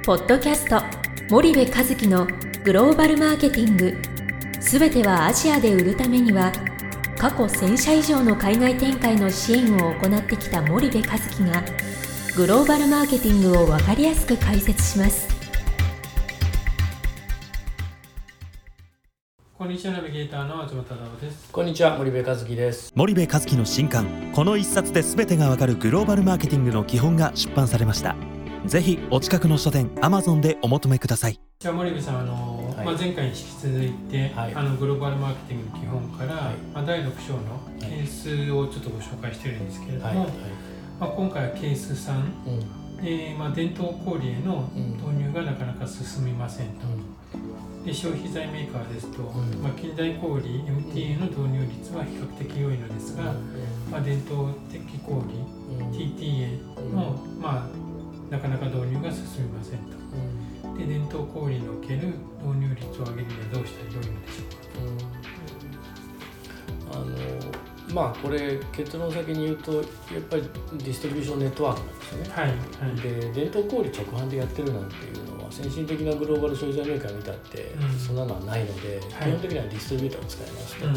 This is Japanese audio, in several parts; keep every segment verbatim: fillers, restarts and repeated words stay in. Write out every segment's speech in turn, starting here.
ポッドキャスト森部一樹のグローバルマーケティング、すべてはアジアで売るためには、過去せん社以上の海外展開の支援を行ってきた森部一樹がグローバルマーケティングを分かりやすく解説します。 こんにちは、ナビゲーターの東忠夫です。 こんにちは、森部一樹です。 森部一樹の新刊、この一冊で全てがわかるグローバルマーケティングの基本が出版されました。ぜひお近くの書店 Amazon でお求めください。 じゃあ森部さん、あの、はい、まあ、前回に引き続いて、はい、あのグローバルマーケティングの基本から、はい、まあ、だいろく章のケースをちょっとご紹介しているんですけれども、はいはい、まあ、今回はケースさん、うんでまあ、伝統小売への導入がなかなか進みませんと、うん、で消費財メーカーですと、うん、まあ、近代小売 エムティーエー の導入率は比較的良いのですが、うん、まあ、伝統的小売、うん、ティーティーエー の、まあなかなか導入が進みませんと、うん、で伝統小売における導入率を上げるにはどうしたらよいのでしょうか。 うん、あのまあこれ結論先に言うとやっぱりディストリビューションネットワークなんですよね。はいはい、で伝統小売直販でやってるなんていうのは先進的なグローバル消費財メーカー見たって、うん、そんなのはないので、はい、基本的にはディストリビューターを使いますと、うん、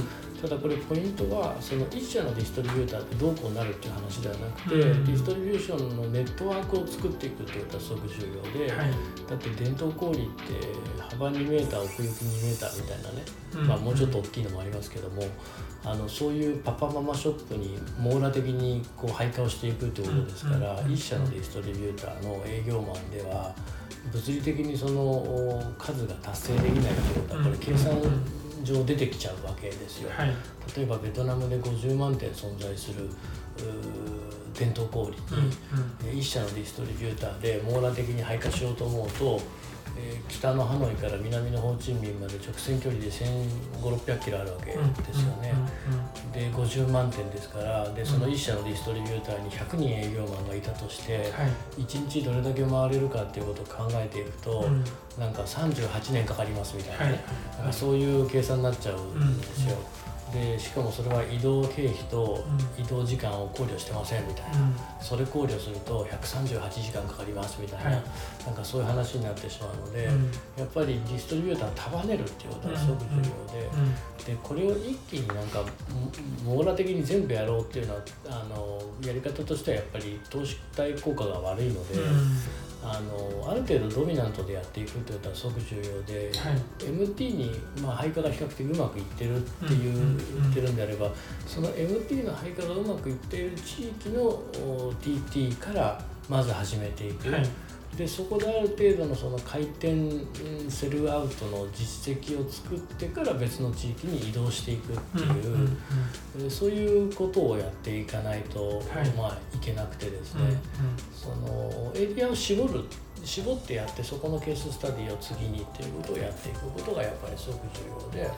ただこれポイントはその一社のディストリビューターってどうこうなるっていう話ではなくて、うん、ディストリビューションのネットワークを作っていくっていうことはすごく重要で、はい、だって伝統小売って幅にメーター奥行きにメーターみたいなね、うん、まあ、もうちょっと大きいのもありますけども、あのそういうパパママショップに網羅的にこう配下をしていくということですから、うん、一社のディストリビューターの営業マンでは物理的にその数が達成できないということはこれ計算上出てきちゃうわけですよ。はい、例えばベトナムでごじゅうまんてん存在する伝統小売に、うんうん、一社のディストリビューターで網羅的に配下しようと思うと、えー、北のハノイから南のホーチミンまで直線距離でせんごひゃく、ろっぴゃくキロあるわけですよね。でごじゅうまんてんですから、でその一社のディストリビューターにひゃくにん営業マンがいたとして、はい、いちにちどれだけ回れるかっていうことを考えていくと、うん、なんかさんじゅうはちねんかかりますみたいなね、はいはいはい、そういう計算になっちゃうんですよ。うんうん、でしかもそれは移動経費と移動時間を考慮してませんみたいな、うん、それ考慮するとひゃくさんじゅうはちじかんかかりますみたいな、はい、なんかそういう話になってしまうので、うん、やっぱりディストリビューターを束ねるっていうことはすごく重要で、うんうん、でこれを一気になんか網羅的に全部やろうっていうのはあのやり方としてはやっぱり投資対効果が悪いので、うん、あのある程度ドミナントでやっていくということはすごく重要で、はい、エムティー に、まあ、配下が比較的うまくいってるっていう、うん、言ってるんであれば、その エムティー の配下がうまくいっている地域の ティーティー からまず始めていく、はい、でそこである程度のその回転セルアウトの実績を作ってから別の地域に移動していくっていう、うんうんうん、そういうことをやっていかないと、はい、まあ、いけなくてですね、うんうん、そのエリアを絞る絞ってやってそこのケーススタディを次にっていうことをやっていくことがやっぱりすごく重要で、はい、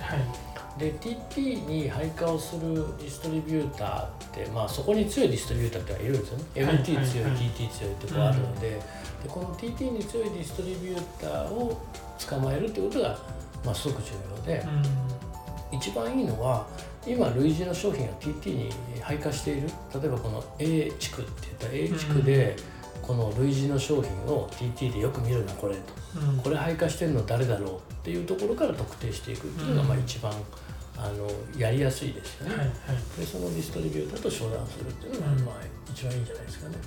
で ティーティー に配下をするディストリビューターって、まあ、そこに強いディストリビューターってはいるんですよね、はい、エムティー 強い、はい、ティーティー 強いってこうあるので、うん、でこの ティーティー に強いディストリビューターを捕まえるってことが、まあ、すごく重要で、うん、一番いいのは今類似の商品が ティーティー に配下している、例えばこの A 地区って言ったら A 地区で、うんこの類似の商品を ティーティー でよく見るなこれと、うん、これ配下してるの誰だろうっていうところから特定していくっていうのがまあ一番、うん、あのやりやすいですよね、はいはい、でそのディストリビューターと商談するっていうのがまあ一番いいんじゃないですかね、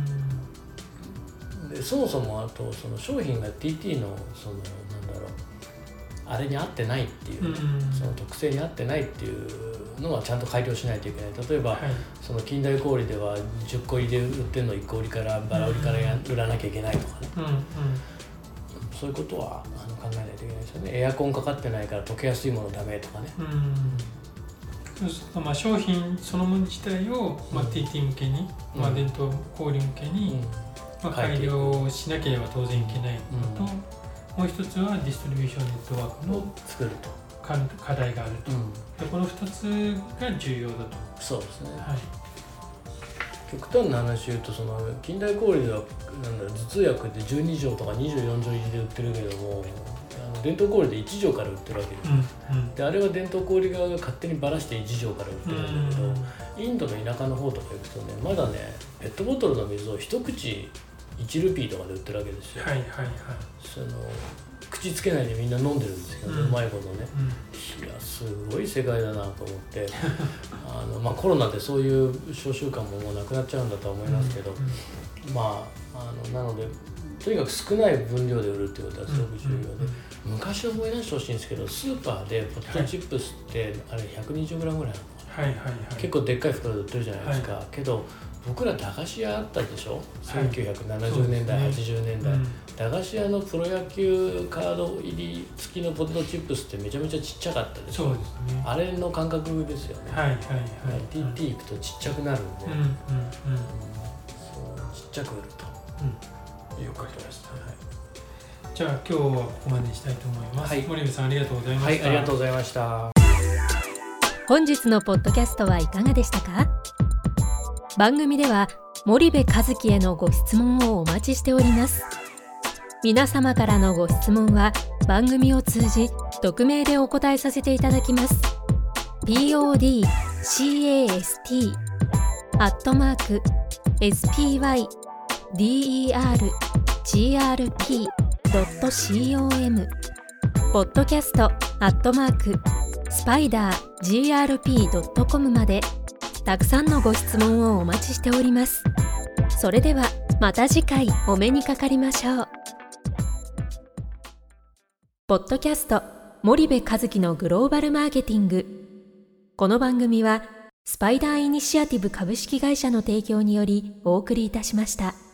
うん、でそもそもあとその商品が ティーティー のそのなんだろうあれに合ってないっていう、うん、その特性に合ってないっていうのはちゃんと改良しないといけない。例えば、はい、その近代小売ではじゅっこ入りで売ってるのいっこ売りからバラ売りから売らなきゃいけないとかね、うんうん、そういうことはあの考えないといけないですよね。エアコンかかってないから溶けやすいものダメとかね、うんそうするとまあ商品そのもの自体を、まあ、ティーティー 向けに、うんまあ、伝統小売向けに、うんまあ、改良しなければ当然いけないのと、うん、もう一つはディストリビューションネットワークの作ると課題があると、うん、でこのふたつが重要だと。 そうですね、はい、極端な話言うとその近代小売ではなんだ頭痛薬でじゅうにじょうとかにじゅうよんじょう入りで売ってるけどもあの伝統小売でいちじょうから売ってるわけですよ、うんうん、であれは伝統小売側が勝手にばらしていちじょうから売ってるんだけど、うんうん、インドの田舎の方とか行くとねまだねペットボトルの水を一口いちルピーとかで売ってるわけですよ。 はいはいはい。 その口つけないでみんな飲んでるんですけど、ね、うん、うまいことね、うん、いやすごい世界だなと思ってあの、まあ、コロナでそういう商習慣ももうなくなっちゃうんだとは思いますけど、うんうん、まあ、あのなのでとにかく少ない分量で売るっていうことはすごく重要で、うんうんうん、昔思い出してほしいんですけど、スーパーでポテトチップスって、はい、あれ ひゃくにじゅうグラム ぐらいあるの、はいはいはい、結構でっかい袋で売ってるじゃないですか、はい、けど僕ら駄菓子屋あったでしょ、はい、せんきゅうひゃくななじゅうねんだい、ね、はちじゅうねんだい、うん、駄菓子屋のプロ野球カード入り付きのポテトチップスってめちゃめちゃちっちゃかったでしょ。そうですね、あれの感覚ですよね。はいはいはい、ティーティー 行くとちっちゃくなるんで、うんうんうん、そうちっちゃく売ると、うん、よかったです、はい、 じゃあ今日はここまでにしたいと思います、はい、森部さんありがとうございました。 はい、ありがとうございました。 本日のポッドキャストはいかがでしたか？番組では森部一樹へのご質問をお待ちしております。皆様からのご質問は番組を通じ匿名でお答えさせていただきます。podcast アットマーク spydergrp.com ポッドキャストアットマーク スパイダージーアールピードットコム までたくさんのご質問をお待ちしております。それではまた次回お目にかかりましょう。ポッドキャスト森部一樹のグローバルマーケティング。この番組はスパイダーイニシアティブ株式会社の提供によりお送りいたしました。